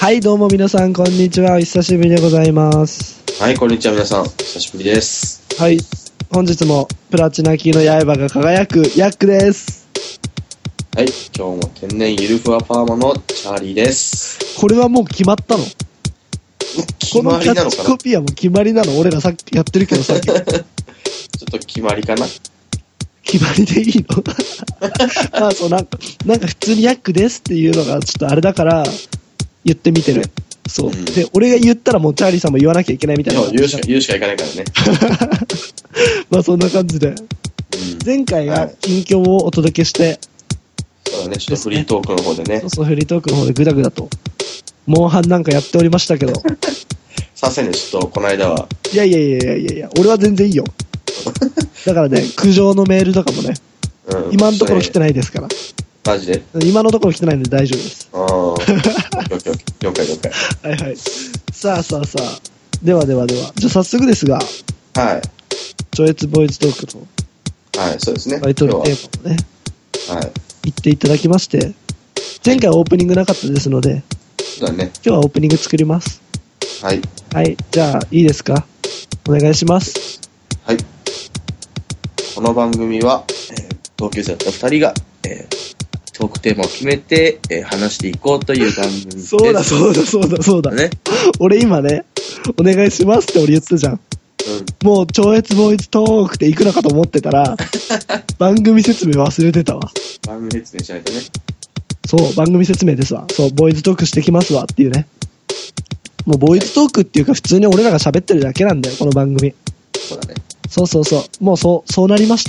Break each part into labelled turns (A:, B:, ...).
A: はい、どうも皆さん、こんにちは。お久しぶりでございます。
B: はい、こんにちは、皆さん。久しぶりです。
A: はい、本日もプラチナ級の刃が輝くヤックです。
B: はい、今日も天然ゆるふわパーマのチャーリーです。
A: これはもう決まったの？
B: 決まりなのかな？
A: このキャッチコピーはもう決まりなの？俺らさっきやってるけどさっき。ちょっ
B: と決まりかな？
A: 決まりでいいの？まあそうなんか普通にヤックですっていうのがちょっとあれだから言ってみてる。そう、で俺が言ったらもうチャーリーさんも言わなきゃいけないみたいな。
B: 言うしかいかないからね。
A: まあそんな感じで、前回が近況をお届けして、
B: そうだね、ちょっとフリートークの方でね。
A: そうフリートークの方でグダグダとモンハンなんかやっておりましたけど。
B: させんね、ちょっとこの間は。
A: いや俺は全然いいよ。だからね、苦情のメールとかもね、今のところ来てないですから。
B: マジで？
A: 今のところ来てないので大丈夫です。
B: 了解。
A: はいはい。さあ。では。じゃあ早速ですが。
B: はい。
A: 超越ボーイズトークの。
B: はい、そうですね。
A: タイトルテーマをね。
B: はい。
A: 言っていただきまして。前回はオープニングなかったですので。
B: そうだね。
A: 今日はオープニング作ります。
B: はい。
A: はい。じゃあ、いいですか？お願いします。
B: はい。この番組は、同級生だった2人が、トークテーマを決めて、話していこうという番組です。
A: そうだ。ね。俺今ね、お願いしますって俺言ったじゃん。もう超越ボーイズトークって行くのかと思ってたら、番組説明忘れてたわ。
B: 番組説明しないとね。
A: そう、番組説明ですわ。そう、ボーイズトークしてきますわっていうね。もうボーイズトークっていうか普通に俺らが喋ってるだけなんだよ、この番組。
B: そうだね。
A: そう。もうそうなりました。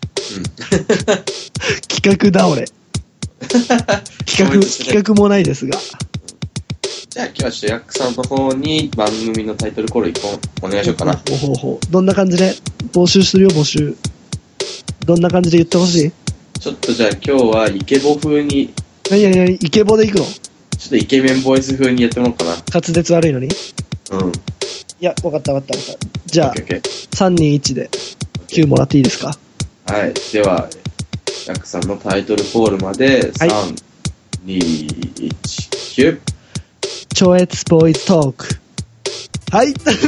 A: 企画だ俺。企画もないですが。
B: じゃあ今日はちょっとヤックさんの方に番組のタイトルコール1本お願いしようかな。
A: どんな感じで募集するよ、募集。どんな感じで言ってほしい？
B: ちょっとじゃあ今日はイケボ風に。
A: 何イケボで行くの？
B: ちょっとイケメンボイス風にやってもらおうかな。
A: 滑舌悪いのに？いや、わかった。じゃあ、321で9もらっていいですか？
B: はい。では、ヤックさんのタイトルコールまで、3、2、1、9。
A: 超越ボーイズトーク。はい。はい、いただき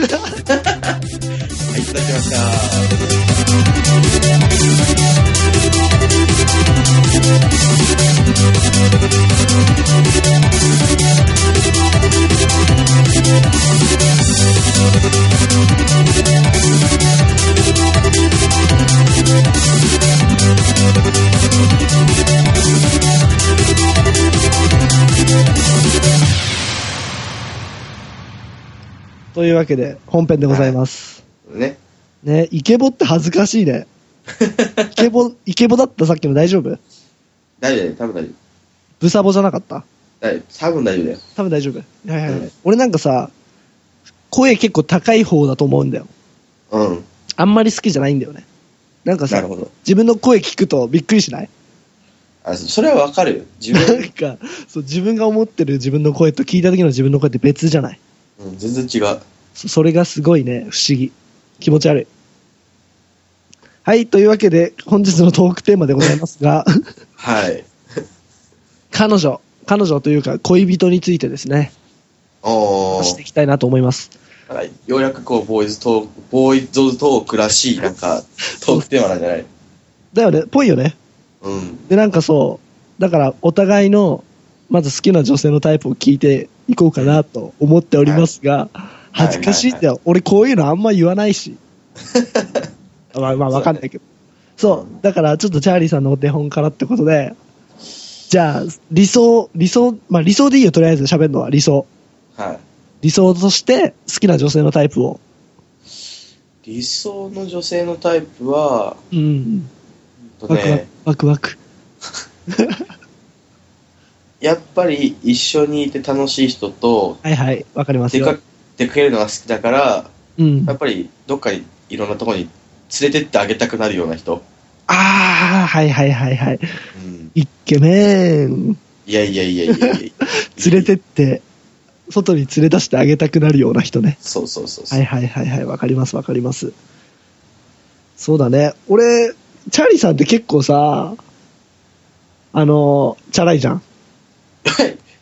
B: ました。
A: というわけで本編でございます。
B: ね、
A: イケボって恥ずかしいね。イケボだったさっきの大丈夫？
B: 大丈夫、多分大丈夫。
A: ブサボじゃなかった？
B: 多分大丈夫だよ。
A: 多分大丈夫。はい。俺なんかさ、声結構高い方だと思うんだよ。あんまり好きじゃないんだよね。なんかさ、自分の声聞くとびっくりしない？
B: それはわかるよ。
A: なんかそう、自分が思ってる自分の声と聞いた時の自分の声って別じゃない？
B: 全然違う。
A: それがすごいね、不思議。気持ち悪い。はい、というわけで本日のトークテーマでございますが
B: はい。
A: 彼女というか恋人についてですね、していきたいなと思います。
B: はい、ようやくこうボーイズトークらしいなんかトークテーマなんじゃない？
A: だよね、ぽいよね。でなんかそうだからお互いのまず好きな女性のタイプを聞いていこうかなと思っておりますが、恥ずかしいんだよ。俺こういうのあんま言わないし。まあわかんないけど。そう、だからちょっとチャーリーさんのお手本からってことで、じゃあ理想でいいよ、とりあえず喋るのは理想。
B: はい。
A: 理想として好きな女性のタイプを。
B: 理想の女性のタイプは、
A: ワクワク。
B: やっぱり一緒にいて楽しい人と、
A: わかりますよ。
B: 出かけるのが好きだから、やっぱりどっかにいろんなところに連れてってあげたくなるような人。
A: はい。イケメン。
B: いや。
A: 連れてって、外に連れ出してあげたくなるような人ね。
B: そう。
A: わかります。そうだね。俺、チャーリーさんって結構さ、チャラいじゃん。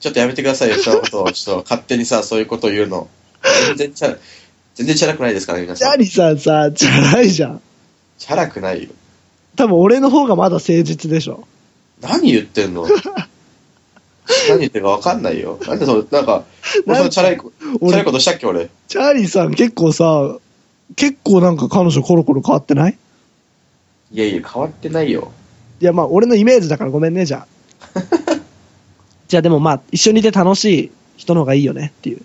B: ちょっとやめてくださいよ、そういうことを。ちょっと勝手にさ、そういうことを言うの。全然チャラくないですからね、皆さん。
A: チャリさんさ、チャラいじゃん。
B: チャラくないよ。
A: 多分俺の方がまだ誠実でしょ。
B: 何言ってんの何言ってるか分かんないよ。なんでなんか、俺そのチャラいことしたっけ、俺。
A: チャーリーさん結構なんか彼女コロコロ変わってない？
B: いやいや、変わってないよ。
A: いやまあ俺のイメージだからごめんね、じゃあ。じゃあでもまあ一緒にいて楽しい人の方がいいよねっていう。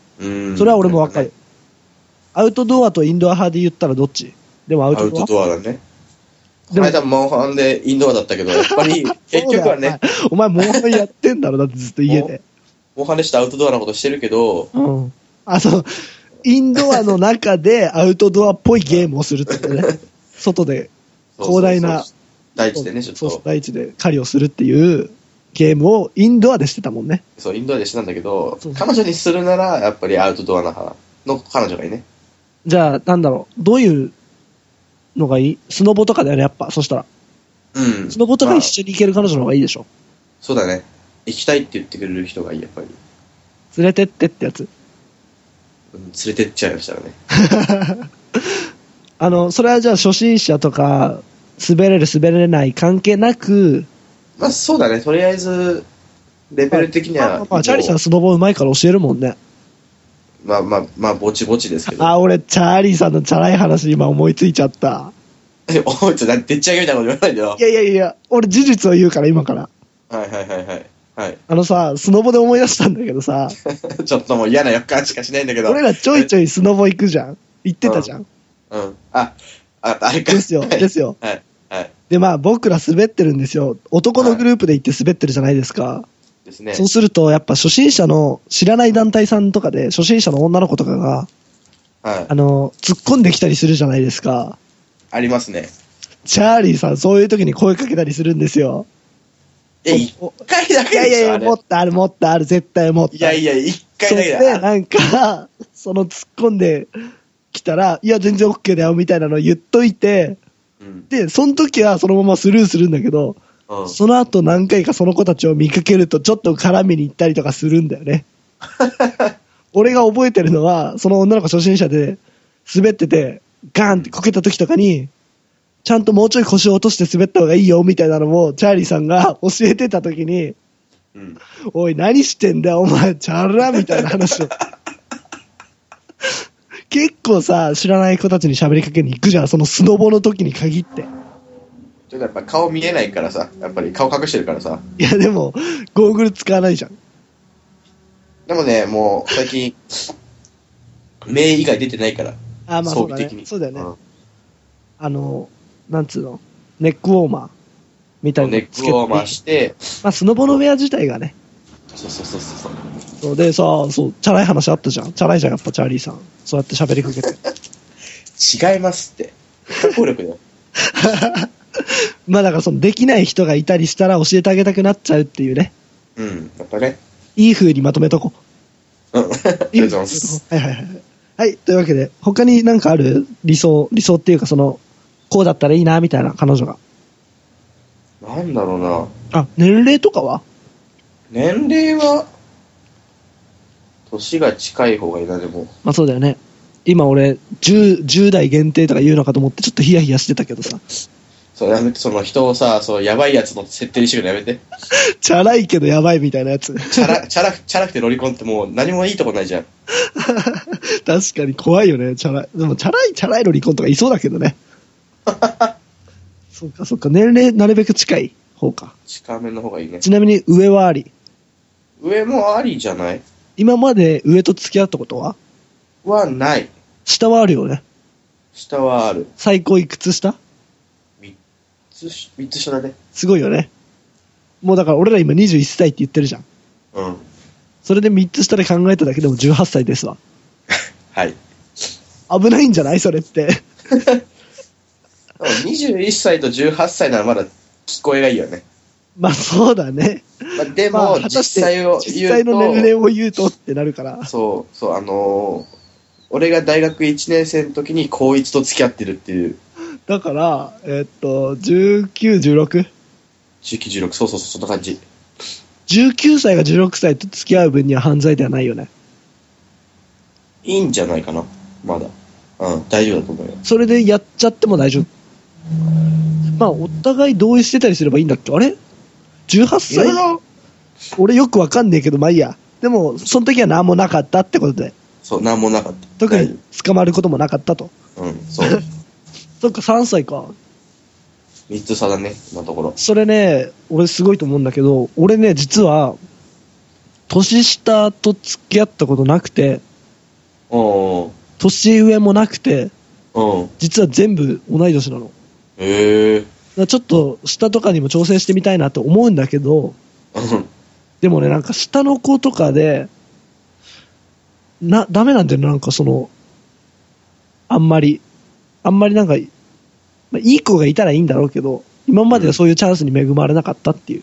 A: それは俺も分かる。アウトドアとインドア派で言ったらどっち？でもアウトドア
B: だね。この間モンハンでインドアだったけど、やっぱり結局はね。
A: お前モンハンやってんだろ、だってずっと家で。
B: モンハンでしてアウトドアなことしてるけど。
A: うん。インドアの中でアウトドアっぽいゲームをするってことね。外で広大な
B: 大地でね、ちょっと。
A: そう大地で狩りをするっていうゲームをインドアでしてたもんね。
B: そう、インドアでしてたんだけど、彼女にするならやっぱりアウトドアな派の彼女がいいね。
A: じゃあ、なんだろう、どういうのがいい？スノボとかだよね、やっぱ、そしたら。
B: うん。
A: スノボとか一緒に行ける彼女の方がいいでしょ。
B: そうだね。行きたいって言ってくれる人がいい、やっぱり。
A: 連れてってってやつ。
B: 連れてっちゃいましたらね。
A: それはじゃあ初心者とか、滑れる滑れない関係なく、
B: まあそうだね、とりあえず、レベル的には。
A: まあ、チャーリーさんスノボうまいから教えるもんね。
B: まあ、ぼちぼちですけど。
A: 俺、チャーリーさんのチャラい話今思いついちゃった。
B: おい、ちょっと、でっち上げみたいなこと言わないでよ。
A: いや、俺事実を言うから今から。
B: はい。
A: スノボで思い出したんだけどさ。
B: ちょっともう嫌な予感しかしないんだけど。
A: 俺らちょいちょいスノボ行くじゃん。行ってたじゃん。
B: うん。あれか。
A: ですよ。
B: はい。
A: で、まあ僕ら滑ってるんですよ。男のグループで行って滑ってるじゃないですか。
B: ですね。
A: そうすると、やっぱ初心者の知らない団体さんとかで、初心者の女の子とかが、突っ込んできたりするじゃないですか。
B: ありますね。
A: チャーリーさん、そういう時に声かけたりするんですよ。
B: 一回だけでしょ。
A: いや、もっとある、絶対もっとある。
B: いや、一回だけだ。
A: で、なんか、突っ込んできたら、いや、全然 OK だよ、みたいなのを言っといて、で、その時はそのままスルーするんだけど、その後何回かその子たちを見かけるとちょっと絡みに行ったりとかするんだよね。俺が覚えてるのは、その女の子初心者で滑ってて、ガーンってこけた時とかに、ちゃんともうちょい腰を落として滑った方がいいよみたいなのも、チャーリーさんが教えてた時に、おい、何してんだよ、お前、チャラみたいな話を。結構さ、知らない子たちに喋りかけに行くじゃん、そのスノボの時に限って。
B: ちょっとやっぱ顔見えないからさ、やっぱり顔隠してるからさ。
A: いやでも、ゴーグル使わないじゃん。
B: でもね、もう最近、目以外出てないから。
A: まあそうだね。そうだよね。なんつうの、ネックウォーマーみたいな
B: ネックウォーマーして、
A: まあスノボのウェア自体がね。
B: そう
A: でさ、チャラい話あったじゃん。チャラいじゃん、やっぱチャーリーさん。そうやって喋りかけて。
B: 違いますって。不可抗力だよ。
A: まあだからできない人がいたりしたら教えてあげたくなっちゃうっていうね。
B: やっぱね。
A: いい風にまとめとこう。
B: ありがとうございます。
A: はい、というわけで、他になんかある理想っていうかこうだったらいいな、みたいな彼女が。
B: なんだろうな。
A: 年齢とかは？
B: 年齢は、年が近い方がいいな、でも。
A: まあそうだよね。今俺、10代限定とか言うのかと思ってちょっとヒヤヒヤしてたけどさ。
B: やめて、人をさ、やばいやつの設定にしてくるのやめて。
A: チャラいけどやばいみたいなやつ。
B: チャラくてロリコンってもう何もいいとこないじゃん。
A: 確かに怖いよね、チャラい。でもチャラいロリコンとかいそうだけどね。そっか、年齢なるべく近い方か。
B: 近めの方がいいね。
A: ちなみに上はあり？
B: 上もありじゃない？
A: 今まで上と付き合ったことは
B: ない。
A: 下はあるよね。
B: 下はある。
A: 最高いくつ下
B: ？3つ下だね。
A: すごいよね。もうだから俺ら今21歳って言ってるじゃん。それで3つ下で考えただけでも18歳ですわ。
B: はい。
A: 危ないんじゃないそれって。
B: 21歳と18歳ならまだ聞こえがいいよね。
A: まあそうだね。
B: でも、実際の
A: 年齢を言うとってなるから。
B: 俺が大学1年生の時に高1と付き合ってるっていう。
A: だから、19、16?
B: 19、16、そう、そんな感じ。
A: 19歳が16歳と付き合う分には犯罪ではないよね。
B: いいんじゃないかな、まだ。うん、大丈夫だと思うよ。
A: それでやっちゃっても大丈夫。まあ、お互い同意してたりすればいいんだっけ？あれ ?18 歳俺よくわかんねえけど、まあいいや。でも、その時は何もなかったってことで。
B: そう、何もなかった。
A: 特に捕まることもなかったと。
B: うん、そう。
A: そっか、3歳か。
B: 3つ差だね、今のところ。
A: それね、俺すごいと思うんだけど、俺ね、実は、年下と付き合ったことなくて、年上もなくて、実は全部同い年なの。
B: へ
A: ぇちょっと下とかにも挑戦してみたいなって思うんだけど、でもね、なんか下の子とかで、ダメなんだよね、なんかあんまりなんか、まあ、いい子がいたらいいんだろうけど、今まではそういうチャンスに恵まれなかったっていう。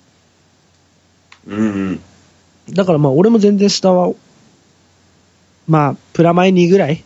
A: だからまあ俺も全然下は、まあプラマイ2ぐらい。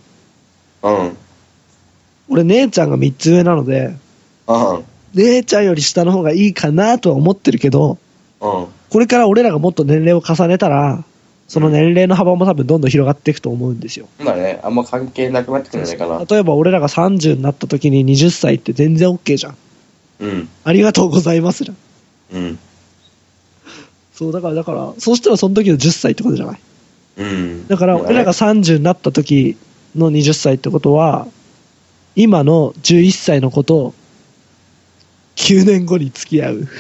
A: 俺姉ちゃんが3つ上なので、姉ちゃんより下の方がいいかなとは思ってるけど、これから俺らがもっと年齢を重ねたら、その年齢の幅も多分どんどん広がっていくと思うんですよ。
B: まあね、あんま関係なくなってくるんじゃないかな。
A: 例えば俺らが30になった時に20歳って全然 OK じゃん。ありがとうございますじゃん。そう、だから、そうしたらその時の10歳ってことじゃない。だから俺らが30になった時の20歳ってことは、今の11歳の子と9年後に付き合う。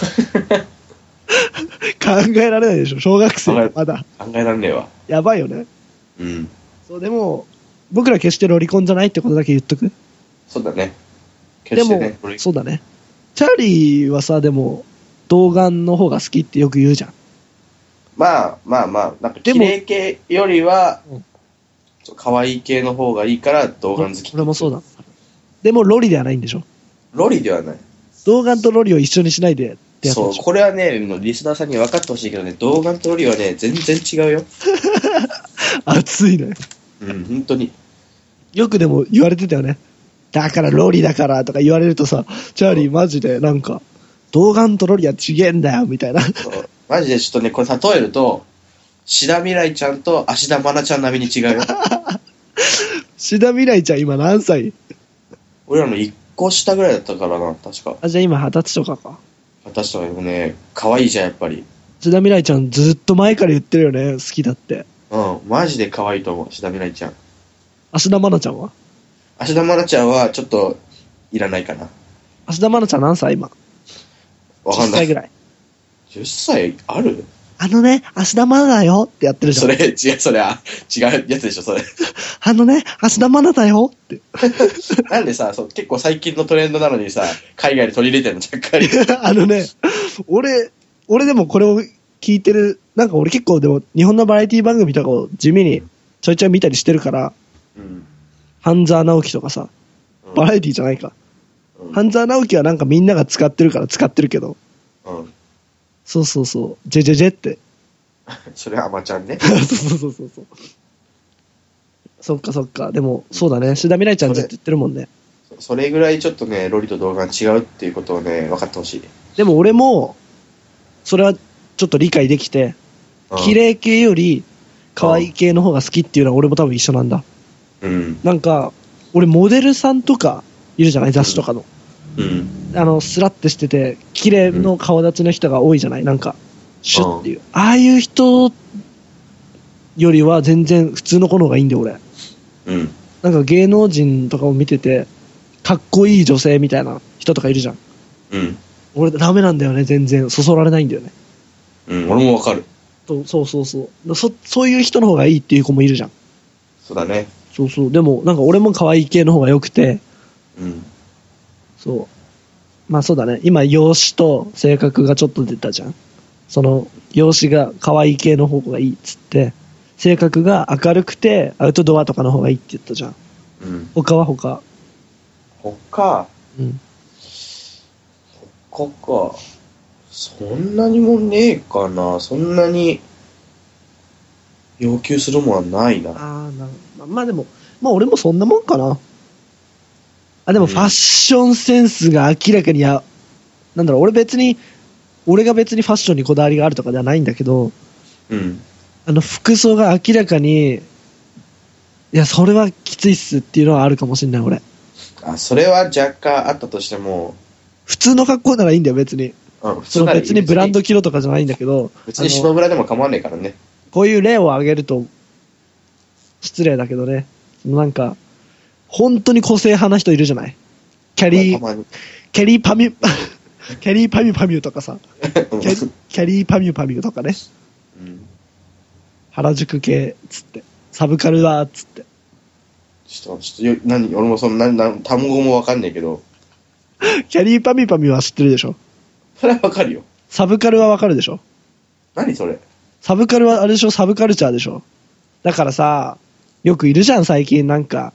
A: 考えられないでしょ、小学生まだ。
B: 考えられねえわ。
A: やばいよね。そう、でも、僕ら決してロリコンじゃないってことだけ言っとく。
B: そうだね。決してね。
A: でも、そうだね。チャーリーはさ、でも、童顔の方が好きってよく言うじゃん。
B: まあ、なんか綺麗系よりは、可愛い系の方がいいから童顔好き。
A: 俺もそうだ。でもロリではないんでしょ。
B: ロリではない。
A: 童顔とロリを一緒にしないでってやつでしょ。
B: そう、これはね、リスナーさんに分かってほしいけどね、童顔とロリはね、全然違うよ。
A: 熱いね。
B: 本当に。
A: よくでも言われてたよね。だからロリだからとか言われるとさ、チャーリーマジでなんか、童顔とロリは違えんだよみたいな。
B: そうマジでちょっとね、これ例えると、志田未来ちゃんと芦田愛菜ちゃん並みに違うよ。
A: 志田未来ちゃん今何歳？
B: 俺らの1個下ぐらいだったからな、確か。
A: じゃあ今20歳とかか。
B: 20歳とかでもね、可愛いじゃん、やっぱり。
A: 志田未来ちゃんずっと前から言ってるよね、好きだって。
B: マジで可愛いと思う、志田未来ちゃん。
A: 芦田愛菜ちゃんは？
B: 芦田愛菜ちゃんはちょっと、いらないかな。
A: 芦田愛菜ちゃん何歳今？
B: わかんない。
A: 10歳ぐらい。
B: 10歳ある？
A: 芦田愛菜だよってやってるじゃん。
B: 違うやつでしょ、それ。
A: 芦田愛菜だよって。
B: なんでさ、結構最近のトレンドなのにさ、海外で取り入れてんの、ちゃっかり。
A: 俺でもこれを聞いてる、なんか俺結構でも日本のバラエティ番組とかを地味にちょいちょい見たりしてるから、半沢直樹とかさ、バラエティじゃないか。半沢直樹はなんかみんなが使ってるから使ってるけど、そう、ジェジェジェって。
B: それはアマちゃんね。
A: そう。そっか。でも、そうだね。志田未来ちゃんずっと言ってるもんね。
B: それぐらいちょっとね、ロリと童顔違うっていうことをね、分かってほしい。
A: でも俺も、それはちょっと理解できて、綺麗系より可愛い系の方が好きっていうのは俺も多分一緒なんだ。なんか、俺モデルさんとかいるじゃない、雑誌とかの。スラッてしてて、綺麗の顔立ちの人が多いじゃない、なんか、シュッっていう。ああいう人よりは全然普通の子の方がいいんだよ、俺。なんか芸能人とかを見てて、かっこいい女性みたいな人とかいるじゃん。俺ダメなんだよね、全然。そそられないんだよね。
B: 俺もわかる。
A: そういう人の方がいいっていう子もいるじゃん。
B: そうだね。
A: そう。でも、なんか俺も可愛い系の方が良くて、そう。まあそうだね。今、容姿と性格がちょっと出たじゃん。その、容姿が可愛い系の方がいいっつって、性格が明るくてアウトドアとかの方がいいって言ったじゃん。他は他。
B: 他か。そんなにもねえかな。そんなに要求するもんはないな。
A: まあでも、まあ俺もそんなもんかな。でもファッションセンスが明らかになんだろう、俺別に俺が別にファッションにこだわりがあるとかではないんだけど、
B: うん。
A: 服装が明らかに、いや、それはきついっすっていうのはあるかもしれない、俺。
B: あ、それは若干あったとしても、
A: 普通の格好ならいいんだよ、別に。
B: うん、普通ならいい。
A: 別にブランド着ろとかじゃないんだけど、
B: 別に島村でも構わないからね。
A: こういう例を挙げると、失礼だけどね。なんか、本当に個性派な人いるじゃない。キャリーパミュ、キャリーパミュとかさ、キャリーパミュとかね。
B: うん、
A: 原宿系、つって。サブカルだ、つって。
B: 俺も単語もわかんないけど。
A: キャリーパミュは知ってるでしょ。
B: それはわかるよ。
A: サブカルはわかるでしょ。
B: 何それ。
A: サブカルはあれでしょ、サブカルチャーでしょ。だからさ、よくいるじゃん、最近なんか。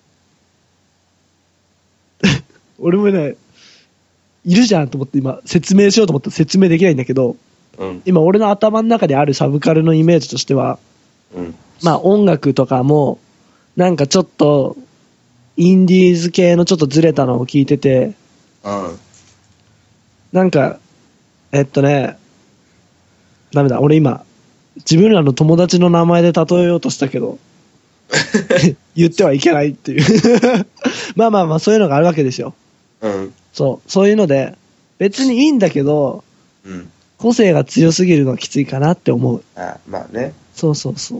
A: 俺もね、いるじゃんと思って今、説明しようと思って説明できないんだけど、
B: うん、
A: 今俺の頭の中であるサブカルのイメージとしては、
B: うん、
A: まあ音楽とかも、なんかちょっと、インディーズ系のちょっとずれたのを聞いてて、
B: うん、
A: なんか、ダメだ、俺今、自分らの友達の名前で例えようとしたけど、言ってはいけないっていう。まあまあまあ、そういうのがあるわけですよ。
B: うん。
A: そういうので、別にいいんだけど、
B: うん。
A: 個性が強すぎるのはきついかなって思う。
B: あ、まあね。
A: そう。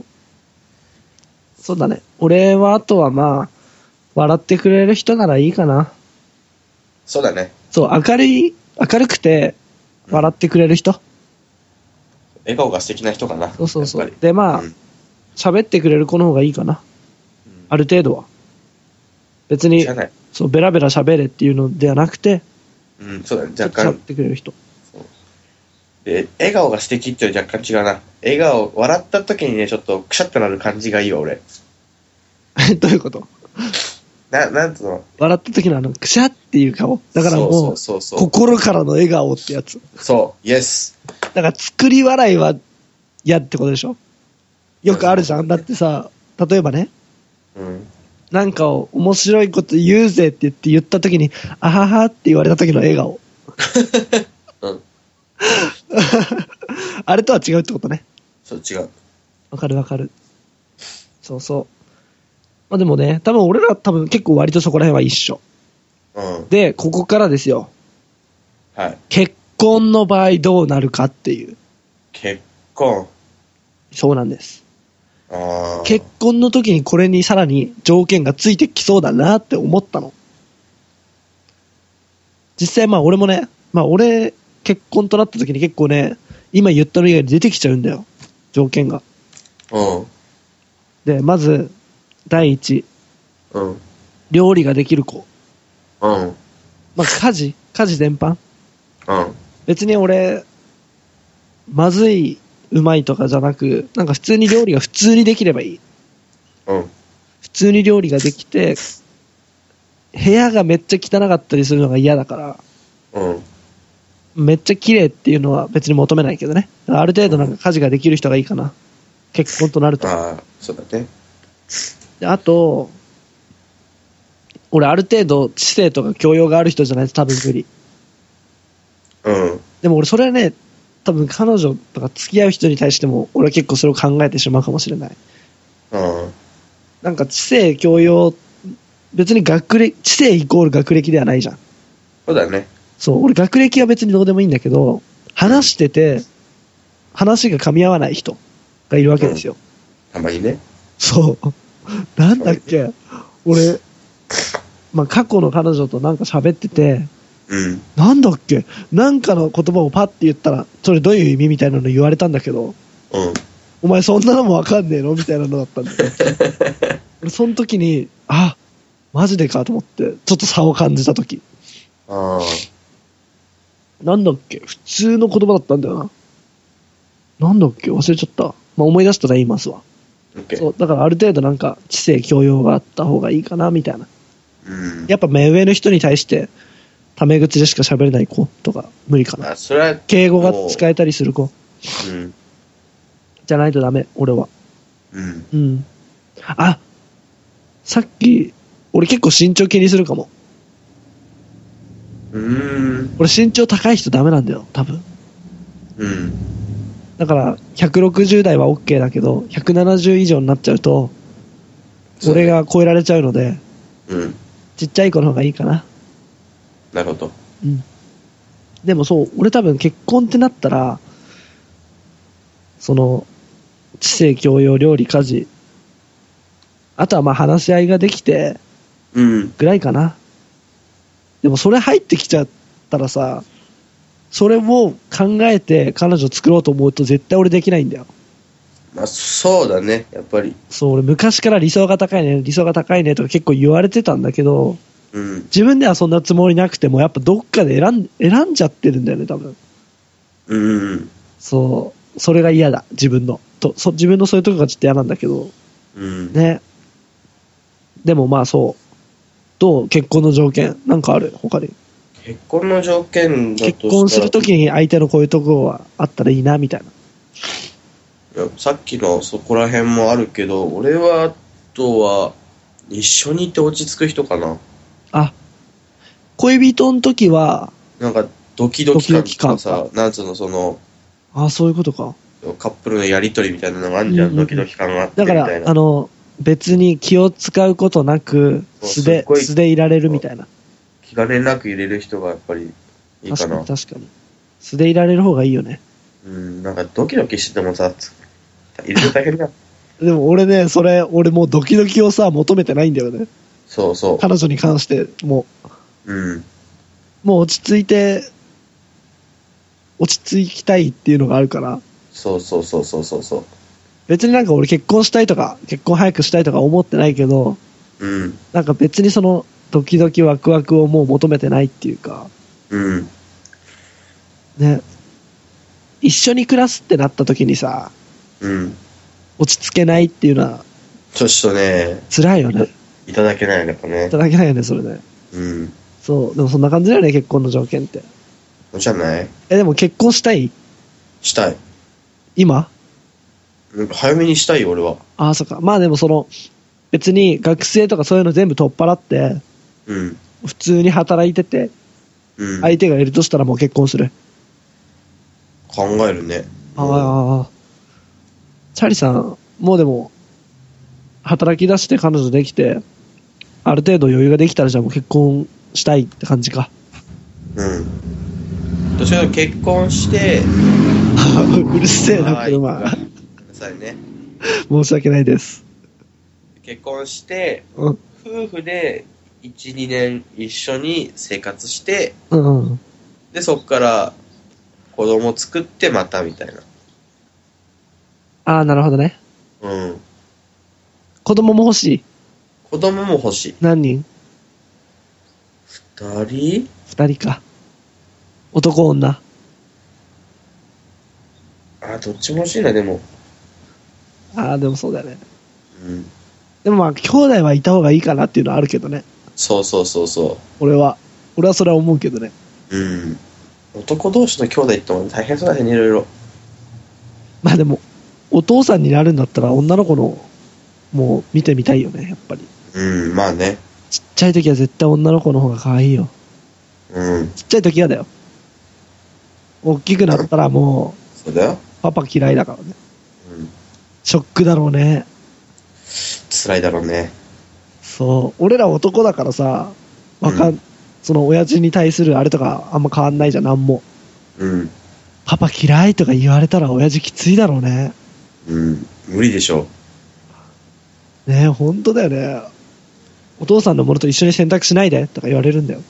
A: そうだね。俺はあとはまあ、笑ってくれる人ならいいかな。
B: そうだね。
A: そう、明るくて、笑ってくれる人。
B: 笑顔が素敵な人かな。
A: そう。で、まあ、喋ってくれる子の方がいいかな。ある程度は。別に、そう、ベラベラ喋れっていうのではなくて、
B: そうだね、若干。
A: 喋ってくれる人。
B: で、笑顔が素敵っていうのは若干違うな。笑った時にね、ちょっとくしゃっとなる感じがいいわ、俺。
A: どういうこと？
B: なんつうの？
A: 笑った時のくしゃっていう顔。だからもう、心からの笑顔ってやつ。
B: そう、イエス。
A: だから作り笑いは嫌ってことでしょ？よくあるじゃん。だってさ、例えばね、なんか面白いこと言うぜって言った時に、あははって言われた時の笑顔。あれとは違うってことね。
B: そう、違う。
A: わかる。そう。まあでもね、多分俺ら結構割とそこら辺は一緒。で、ここからですよ。
B: はい。
A: 結婚の場合どうなるかっていう。
B: 結婚。
A: そうなんです。結婚の時にこれにさらに条件がついてきそうだなって思ったの。実際まあ俺もね、俺結婚となった時に結構ね、今言ったの以外に出てきちゃうんだよ。条件が。で、まず、第一。料理ができる子。まあ家事全般。別に俺、まずいうまいとかじゃなく、なんか普通に料理が普通にできればいい。普通に料理ができて、部屋がめっちゃ汚かったりするのが嫌だから、めっちゃ綺麗っていうのは別に求めないけどね。ある程度なんか家事ができる人がいいかな。結婚となると。
B: そうだね。
A: で、あと、俺ある程度知性とか教養がある人じゃないと多分無理。でも俺それはね、多分彼女とか付き合う人に対しても俺は結構それを考えてしまうかもしれない。なんか知性教養、別に知性イコール学歴ではないじゃん。
B: そうだね。
A: そう、俺学歴は別にどうでもいいんだけど、話してて、話が噛み合わない人がいるわけですよ。
B: たまにね。
A: そう。なんだっけ、俺、まあ過去の彼女となんか喋ってて、なんだっけ、なんかの言葉をパッて言ったら、それどういう意味みたいなの言われたんだけど、お前そんなのもわかんねえのみたいなのだったんだよ。俺その時に、マジでかと思って、ちょっと差を感じた時。なんだっけ、普通の言葉だったんだよな。なんだっけ、忘れちゃった。まあ思い出したら言いますわ。そう、だからある程度なんか知性教養があった方がいいかなみたいな。やっぱ目上の人に対してタメ口でしか喋れない子とか無理かな。
B: それは
A: 敬語が使えたりする子、じゃないとダメ、俺は。さっき俺結構身長気にするかも。俺身長高い人ダメなんだよ多分。
B: うん。
A: だから、160台は OK だけど、170以上になっちゃうと、俺が超えられちゃうので、
B: うん。
A: ちっちゃい子の方がいいかな。
B: なるほど。
A: うん。でもそう、俺多分結婚ってなったら、その、知性教養、料理、家事、あとはまあ話し合いができて、
B: うん。
A: ぐらいかな。でもそれ入ってきちゃったらさ、それを考えて彼女作ろうと思うと絶対俺できないんだよ。
B: まあ、そうだね、やっぱり。
A: そう、俺昔から理想が高いね、理想が高いねとか結構言われてたんだけど、
B: うん。
A: 自分ではそんなつもりなくても、やっぱどっかで選んじゃってるんだよね、多分。
B: うん。
A: そう、それが嫌だ、自分の。自分のそういうとこがちょっと嫌なんだけど、
B: うん。
A: ね。でもまあそう。どう結婚の条件なんかある他に。
B: 結婚の条件だと
A: 結婚するときに相手のこういうとこはあったらいいな、みたいな。
B: いやさっきのそこら辺もあるけど、俺は、あとは、一緒にいて落ち着く人かな。
A: あ、恋人の時は、
B: なんか、ドキドキ感とか
A: ド
B: さ、なんつうの、その、
A: そういうことか。
B: カップルのやりとりみたいなのがあるじゃん、ドキドキ感があって
A: だか
B: みたいな。
A: ら、別に気を使うことなく、素でいられるみたいな。
B: 気兼ねなく入れる人がやっぱりいいかな。
A: 確かに。素でいられる方がいいよね。
B: なんかドキドキしててもさ、入れる大変だ。
A: でも俺ね、俺もうドキドキをさ、求めてないんだよね。
B: そうそう。
A: 彼女に関して、もう落ち着きたいっていうのがあるから。
B: そう。
A: 別になんか俺結婚したいとか、結婚早くしたいとか思ってないけど、なんか別にその、ドキドキワクワクをもう求めてないっていうか、ね。一緒に暮らすってなった時にさ、落ち着けないっていうのは、
B: ちょっとね、
A: 辛いよね。
B: いただけないよね、やっぱね。
A: いただけないよね、それね。そう、でもそんな感じだよね、結婚の条件って。
B: じゃない？
A: でも結婚したい？
B: したい。
A: 今？
B: 早めにしたいよ、俺は。
A: そっか。まあでも別に学生とかそういうの全部取っ払って、普通に働いてて、相手がいるとしたらもう結婚する。
B: 考えるね。
A: チャリさん、もうでも、働き出して彼女できて、ある程度余裕ができたらじゃあもう結婚したいって感じか。
B: どちらかというと結婚して、
A: うるせえな、車。
B: ごめんなさいね。
A: 申し訳ないです。
B: 結婚して、夫婦で1、2年一緒に生活して、で、そっから子供作ってまたみたいな。
A: なるほどね。子供も欲しい？
B: 子供も欲しい。
A: 何人
B: ？2人？
A: 2人か。男女？
B: どっちも欲しいな、でも。
A: でもそうだよね。でもまあ、兄弟はいた方がいいかなっていうのはあるけどね。
B: そう。
A: 俺はそれは思うけどね。
B: 男同士の兄弟っても大変そうだね、いろいろ。
A: まあでも、お父さんになるんだったら女の子の、もう見てみたいよね、やっぱり。
B: まあね。
A: ちっちゃい時は絶対女の子の方が可愛いよ。ちっちゃい時はだよ。大きくなったらもう、
B: そうだよ。
A: パパ嫌いだからね。ショックだろうね。
B: 辛いだろうね。
A: そう。俺ら男だからさ、その親父に対するあれとかあんま変わんないじゃん、なんも。パパ嫌いとか言われたら親父きついだろうね。
B: 無理でしょ。
A: ねえ、ほんとだよね。お父さんのものと一緒に洗濯しないでとか言われるんだよ。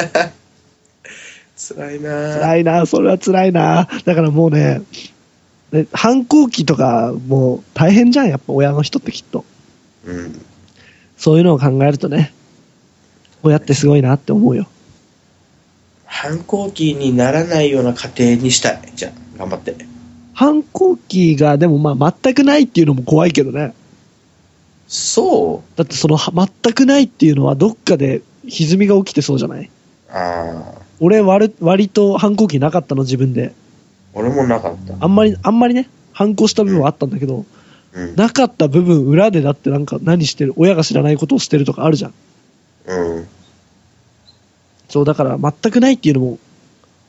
B: 辛い
A: な、それは辛いな。だからもうね、反抗期とかもう大変じゃん、やっぱ親の人ってきっと。そういうのを考えるとね、親ってすごいなって思うよ。
B: 反抗期にならないような家庭にしたい。じゃあ、頑張って。
A: 反抗期がでもまあ全くないっていうのも怖いけどね。
B: そう？
A: だってその全くないっていうのはどっかで歪みが起きてそうじゃない？俺割と反抗期なかったの、自分で。
B: 俺もなかった。
A: あんまりね、反抗した部分はあったんだけど、なかった部分裏でだってなんか何してる、親が知らないことをしてるとかあるじゃん。そう、だから全くないっていうのも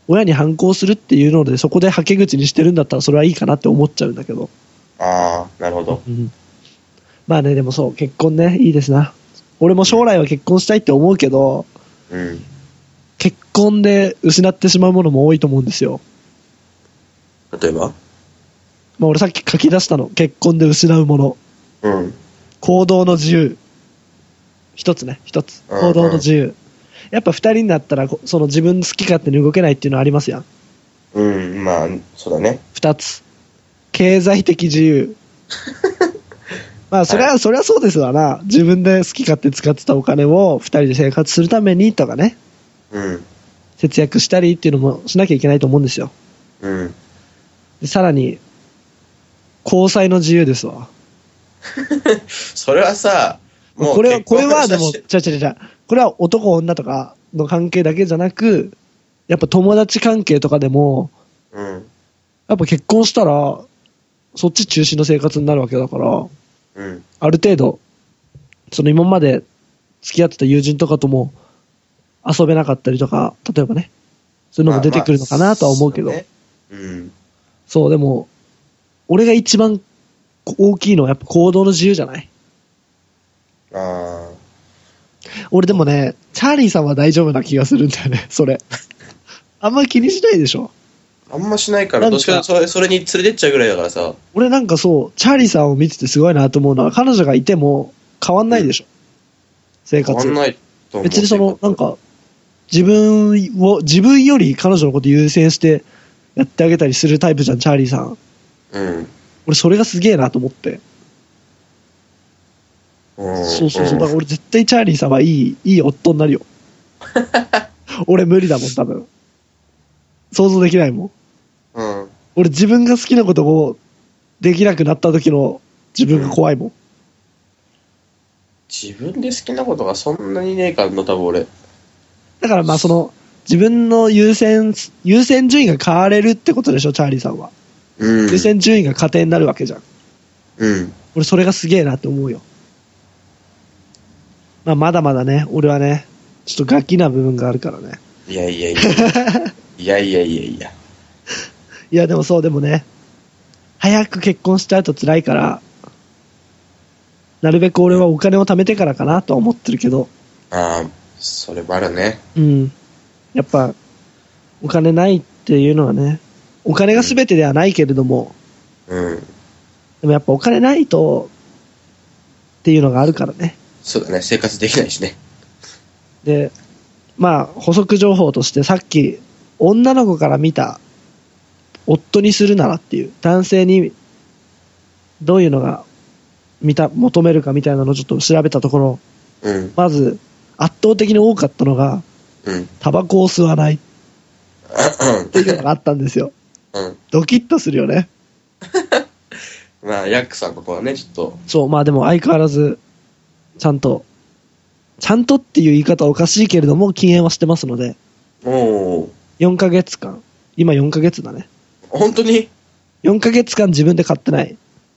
A: 親に反抗するっていうのでそこではけ口にしてるんだったらそれはいいかなって思っちゃうんだけど。
B: ああ、なるほど。
A: まあね、でもそう、結婚ね、いいですな。俺も将来は結婚したいって思うけど、結婚で失ってしまうものも多いと思うんですよ。
B: 例えば？
A: まあ俺さっき書き出したの、結婚で失うもの。行動の自由。一つ。行動の自由。やっぱ二人になったら、その自分好き勝手に動けないっていうのはありますやん。
B: まあ、そうだね。
A: 二つ。経済的自由。まあ、それはそうですわな。自分で好き勝手使ってたお金を二人で生活するためにとかね。節約したりっていうのもしなきゃいけないと思うんですよ。でさらに、交際の自由ですわ。
B: それはさ、もう
A: これはでも、これは男女とかの関係だけじゃなく、やっぱ友達関係とかでも、やっぱ結婚したら、そっち中心の生活になるわけだから、ある程度、その今まで付き合ってた友人とかとも遊べなかったりとか、例えばね、そういうのも出てくるのかなとは思うけど、そう、でも、俺が一番大きいのはやっぱ行動の自由じゃない？俺でもね、チャーリーさんは大丈夫な気がするんだよね、それ。あんま気にしないでしょ？
B: あんましないから、どっちかそれに連れてっちゃうぐらいだからさ。
A: 俺なんかそう、チャーリーさんを見ててすごいなと思うのは、彼女がいても変わんないでしょ？生活。
B: 変わんないと思う。
A: 別にその、なんか、自分より彼女のこと優先してやってあげたりするタイプじゃん、チャーリーさん。俺それがすげえなと思って。そう。だから俺絶対チャーリーさんはいい夫になるよ。俺無理だもん、多分。想像できないもん。俺自分が好きなことをできなくなった時の自分が怖いもん。
B: 自分で好きなことがそんなにねえからの、多分俺。
A: だからまあその、自分の優先順位が変われるってことでしょ、チャーリーさんは。優先順位が過程になるわけじゃん。俺それがすげえなって思うよ。まあまだまだね、俺はね、ちょっとガキな部分があるからね。
B: いや。い
A: やでもそう、でもね、早く結婚しちゃうと辛いから、なるべく俺はお金を貯めてからかなとは思ってるけど。
B: それもあるね。
A: やっぱ、お金ないっていうのはね、お金が全てではないけれども、でもやっぱお金ないと、っていうのがあるからね。
B: そうだね、生活できないしね。
A: で、まあ、補足情報としてさっき、女の子から見た、夫にするならっていう、男性に、どういうのが、求めるかみたいなのをちょっと調べたところ、まず、圧倒的に多かったのが、タバコを吸わない。っていうのがあったんですよ。ドキッとするよね。
B: まあ、ヤックさんここはね、ちょっと。
A: そう、まあでも相変わらず、ちゃんとっていう言い方はおかしいけれども、禁煙はしてますので。4ヶ月間。今4ヶ月だね。
B: 本当に
A: ?4 ヶ月間自分で買ってない。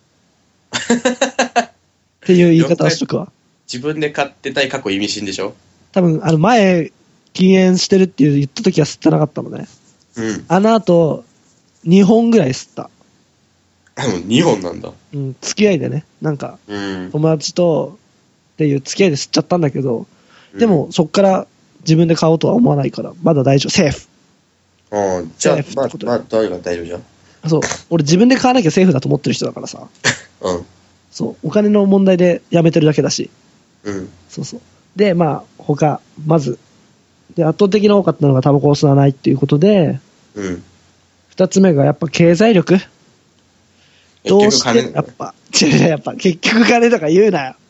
A: っていう言い方をしとくわ。
B: 自分で買ってない過去意味深でしょ？
A: 多分、前、禁煙してるって言った時は吸ってなかったのね。あの後、2本ぐらい吸った。
B: 2本なんだ。
A: 付き合いでね。なんか、友達と、っていう付き合いで吸っちゃったんだけど、でもそっから自分で買おうとは思わないから、まだ大丈夫、セーフ。
B: じゃあ、まあ、大丈夫じゃん。
A: そう、俺自分で買わなきゃセーフだと思ってる人だからさ。そう、お金の問題でやめてるだけだし。そう。で、まあ、まず、で、圧倒的に多かったのがタバコを吸わないっていうことで、二つ目がやっぱ経済力。どうしてやっぱ結局金とか言うなよ。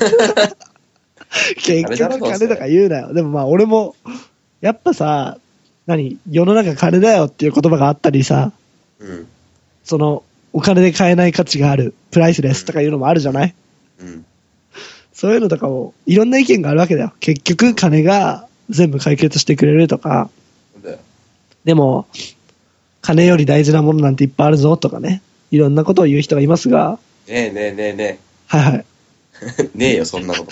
A: 結局金とか言うなよ。でもまあ俺も、やっぱさ、世の中金だよっていう言葉があったりさ、その、お金で買えない価値がある、プライスレスとかいうのもあるじゃない？そういうのとかも、いろんな意見があるわけだよ。結局金が全部解決してくれるとか、でも、金より大事なものなんていっぱいあるぞとかね、いろんなことを言う人がいますが、
B: ねえ。
A: はい。
B: ねえよ、そんなこと。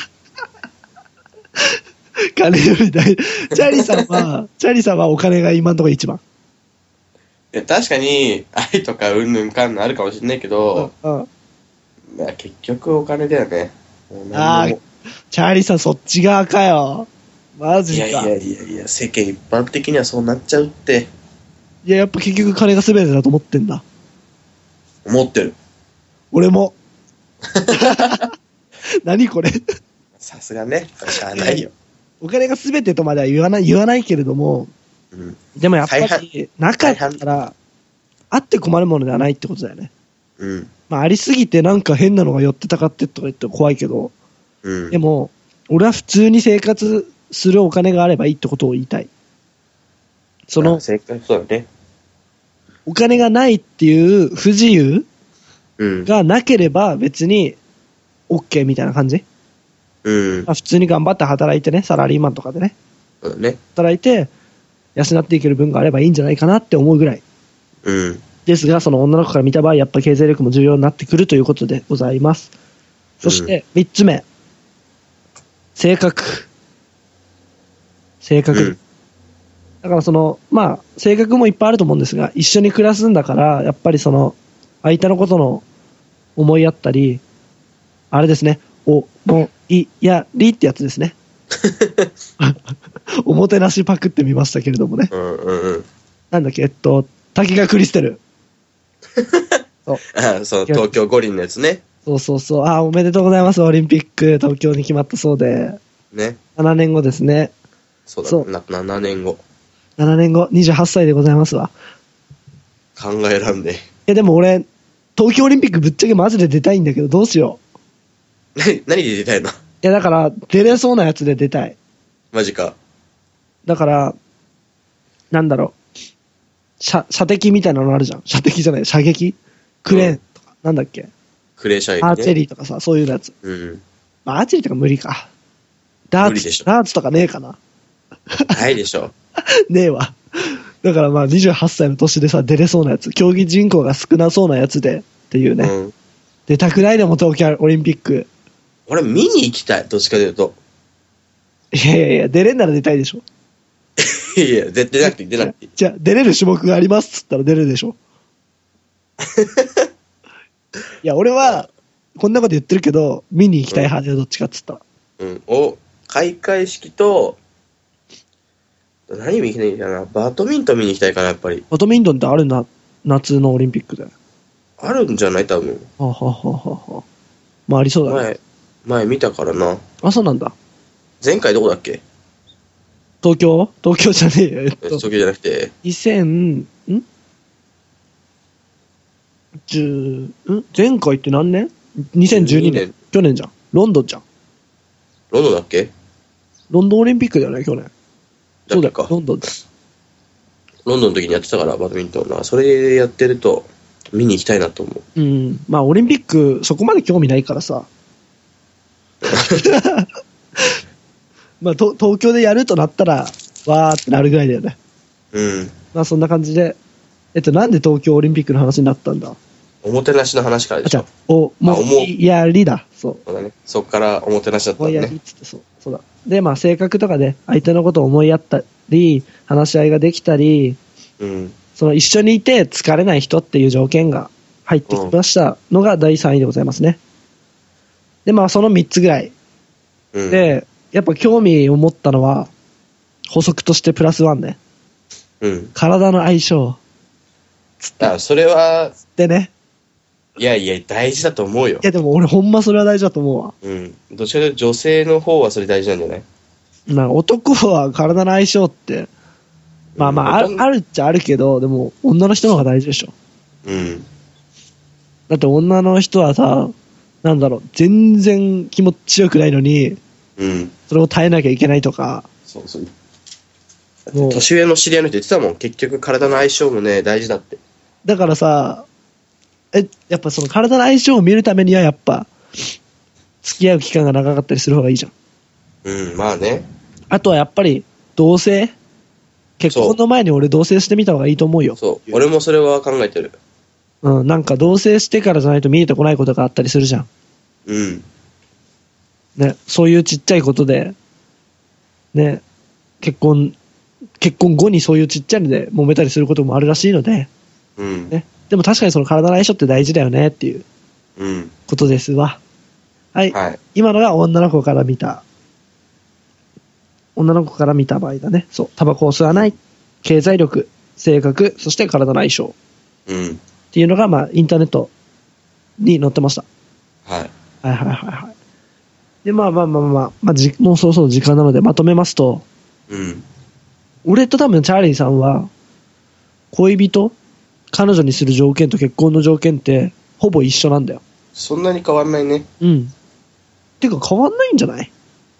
A: 金よりチャーリーさんはお金が今のところ一番。
B: や確かに、愛とかうんぬんかんぬんあるかもしれないけど、まあ、結局お金だよね。
A: ああ、チャーリーさんそっち側かよ。マジか。
B: いや、世間一般的にはそうなっちゃうって。
A: いや、やっぱ結局金が全てだと思ってんだ。
B: 思ってる。
A: 俺も。何これ。
B: さすがね。しゃあないよ。
A: お金が全てとまでは言わないけれども、うん、でもやっぱり、なかったら、あって困るものではないってことだよね。うん。まあ、ありすぎてなんか変なのが寄ってたかってとか言って怖いけど、うん。でも、俺は普通に生活するお金があればいいってことを言いたい。そう
B: だね。
A: お金がないっていう不自由がなければ別に OK みたいな感じ。うん。まあ、普通に頑張って働いてね、サラリーマンとかでね。
B: ね。
A: 働いて、養っていける分があればいいんじゃないかなって思うぐらい。うん。ですが、その女の子から見た場合、やっぱ経済力も重要になってくるということでございます。そして、3つ目。性格。うん、だからまあ、性格もいっぱいあると思うんですが、一緒に暮らすんだから、やっぱり相手のことの思いやったり、あれですね、思いやりってやつですね。おもてなしパクってみましたけれどもね。なんだっけ、滝川クリステル。
B: そう、東京五輪のやつね。
A: そう。おめでとうございます。オリンピック、東京に決まったそうで。ね。7年後ですね。
B: そうだ、7年後。
A: 7年後、28歳でございますわ。
B: 考えらんで。い
A: や、でも俺、東京オリンピックぶっちゃけマジで出たいんだけど、どうしよ
B: う。何で出たいの？い
A: や、だから、出れそうなやつで出たい。
B: マジか。
A: だから、なんだろう。射的みたいなのあるじゃん。射的じゃない、射撃クレーンとか、なんだっけ、
B: クレー射撃、
A: ね。アーチェリーとかさ、そういうやつ。うん。まあ、アーチェリーとか無理か。ダーツとかねえかな。
B: ないでしょ。
A: ねえわ。だからまあ28歳の年でさ、出れそうなやつ。競技人口が少なそうなやつでっていうね。うん、出たくないでも東京オリンピック。
B: 俺見に行きたい。どっちかというと。
A: いや、出れんなら出たいでしょ。
B: いや、絶対出なくていい、出なくていい。
A: じゃあ、出れる種目がありますっつったら出れるでしょ。いや、俺は、こんなこと言ってるけど、見に行きたい派でどっちかっつったら。
B: うん。開会式と、何見に行きたいんだな。バドミントン見に行きたいかな、やっぱり。
A: バドミントンってあるな、夏のオリンピックで。
B: あるんじゃない多分。
A: は。まあ、ありそうだね。
B: 前見たからな。
A: あ、そうなんだ。
B: 前回どこだっけ？
A: 東京じゃねえよ。
B: 東京じゃなくて。
A: 前回って何年 ?2012 年。去年じゃん。ロンドンじゃん。
B: ロンドンだっけ？
A: ロンドンオリンピックだよね、去年。そうだよ、ロンドンだ。
B: ロンドンの時にやってたから、バドミントンは。それやってると、見に行きたいなと思う。
A: うん。まあ、オリンピック、そこまで興味ないからさ。まあ、東京でやるとなったら、わーってなるぐらいだよね。うん。まあ、そんな感じで。なんで東京オリンピックの話になったんだ？
B: おもてなしの話からでしょ。
A: やりだ。
B: そうだね。そっからおもてなしだったんだね。
A: やりっつってそうだ。で、まあ、性格とかで相手のことを思いやったり、話し合いができたり、うん。一緒にいて疲れない人っていう条件が入ってきましたのが第3位でございますね。で、まあ、その3つぐらい。うん、で、やっぱ興味を持ったのは、補足としてプラス1ね。うん。体の相性。
B: それは。
A: でね。
B: いや、大事だと思うよ。
A: いや、でも俺ほんまそれは大事だと思うわ。
B: うん。どっちかというと女性の方はそれ大事なんじゃない？
A: 男は体の相性って、まあ、あるっちゃあるけど、でも女の人の方が大事でしょ。うん。だって女の人はさ、なんだろう、全然気持ちよくないのに、うん。それを耐えなきゃいけないとか。
B: そう。年上の知り合いの人言ってたもん。結局体の相性もね、大事だって。
A: だからさ、やっぱその体の相性を見るためにはやっぱ、付き合う期間が長かったりする方がいいじゃん。
B: うん、まあね。
A: あとはやっぱり、同棲？結婚の前に俺同棲してみた方がいいと思うよ。
B: そう。俺もそれは考えてる。
A: うん、なんか同棲してからじゃないと見えてこないことがあったりするじゃん。うん。ね、そういうちっちゃいことで、ね、結婚後にそういうちっちゃいので揉めたりすることもあるらしいので、 ね。でも確かにその体の相性って大事だよねっていうことですわ。はい。今のが女の子から見た場合だね。そう。タバコを吸わない、経済力、性格、そして体の相性。っていうのが、まあ、インターネットに載ってました。はい。で、まあ、もうそろそろ時間なのでまとめますと、俺と多分チャーリーさんは、恋人、彼女にする条件と結婚の条件って、ほぼ一緒なんだよ。
B: そんなに変わんないね。
A: てか変わんないんじゃない？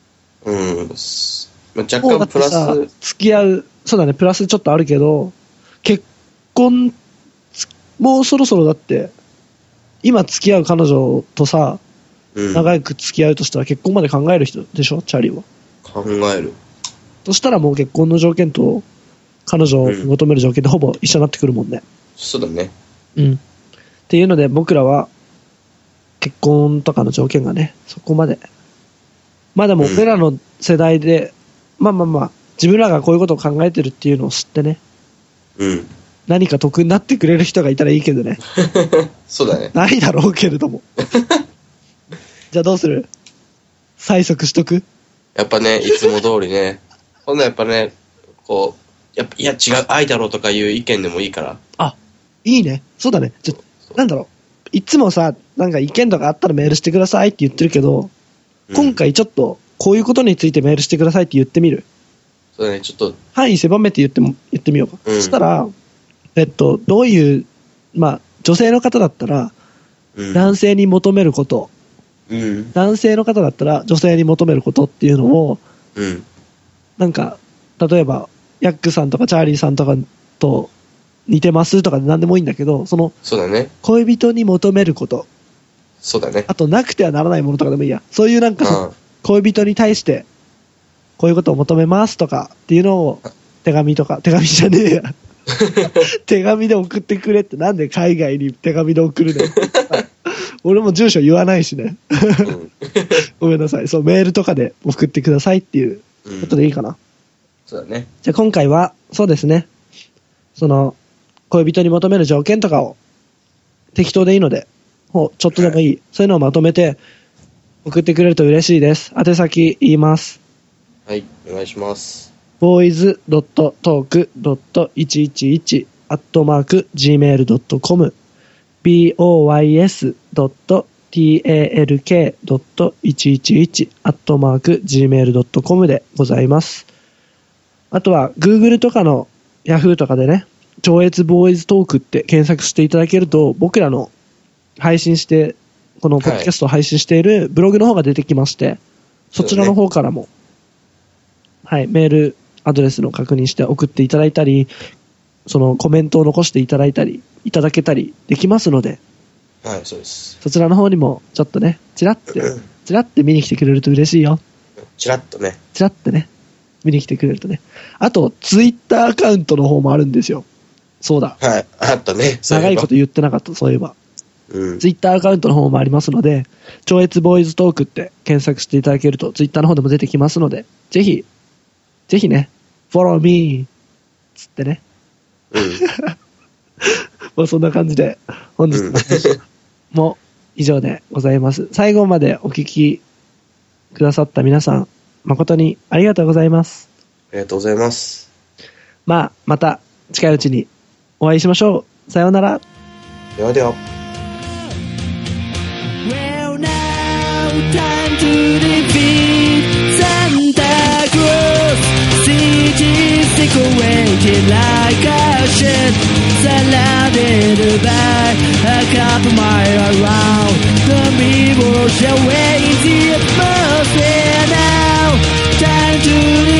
B: 若干プラス。
A: 付き合う、そうだね、プラスちょっとあるけど、結婚、もうそろそろだって、今付き合う彼女とさ、長く付き合うとしたら結婚まで考える人でしょ、チャーリーは。
B: 考える。
A: そしたらもう結婚の条件と彼女を求める条件ってほぼ一緒になってくるもんね。
B: そうだね。
A: っていうので僕らは結婚とかの条件がね、そこまで。まあでも俺らの世代で、まあ、自分らがこういうことを考えてるっていうのを知ってね。何か得になってくれる人がいたらいいけどね。
B: そうだね。
A: ないだろうけれども。じゃあどうする？催促しとく？
B: やっぱね、いつも通りね。ほんなやっぱね、こう、いや違う、愛だろうとかいう意見でもいいから。
A: あ、いいね。そうだね。なんだろう。いつもさ、なんか意見とかあったらメールしてくださいって言ってるけど、今回ちょっとこういうことについてメールしてくださいって言ってみる。
B: そうだね、ちょっと。
A: 範囲狭めて言ってみようか。そしたら、どういう、まあ、女性の方だったら、男性に求めること、男性の方だったら女性に求めることっていうのを、なんか、例えば、ヤックさんとかチャーリーさんとかと似てますとかで何でもいいんだけど、
B: そうだね。
A: 恋人に求めること。
B: そうだね。
A: あと、なくてはならないものとかでもいいや。そういうなんか、恋人に対して、こういうことを求めますとかっていうのを、手紙じゃねえや。手紙で送ってくれって、なんで海外に手紙で送るの？俺も住所言わないしね。ごめんなさい。そう、メールとかで送ってくださいっていうことでいいかな。
B: そうだね。
A: じゃあ今回は、そうですね。恋人に求める条件とかを、適当でいいので、ちょっとでもいい。そういうのをまとめて、送ってくれると嬉しいです。宛先言います。
B: はい、お願いします。
A: boys.talk.111@gmail.com boys.talk.111@gmail.com でございます。あとは Google とかの Yahoo とかでね、超越ボーイズトークって検索していただけると、僕らの配信して、このポッドキャストを配信しているブログの方が出てきまして、そちらの方からも、はい、メールアドレスの確認して送っていただいたり、コメントを残していただいたり、いただけたりできますので、
B: はい、そうです。
A: そちらの方にもちょっとね、チラって見に来てくれると嬉しいよ。
B: チラッとね、
A: 見に来てくれるとね。あと、ツイッターアカウントの方もあるんですよ。そうだ。
B: はい、あったね。
A: 長いこと言ってなかった、そういえば。ツイッターアカウントの方もありますので、超越ボーイズトークって検索していただけると、ツイッターの方でも出てきますので、ぜひね、follow me つってね。まあそんな感じで、本日の話も以上でございます。最後までお聞きくださった皆さん、誠にありがとうございます。
B: ありがとうございます。
A: また近いうちにお会いしましょう。さようなら。
B: ではでは。
C: Well now, time to defeat Santa Claus. Cities decorated like a shed, surrounded by a couple miles around. The people shall wait in the atmosphere now. Time to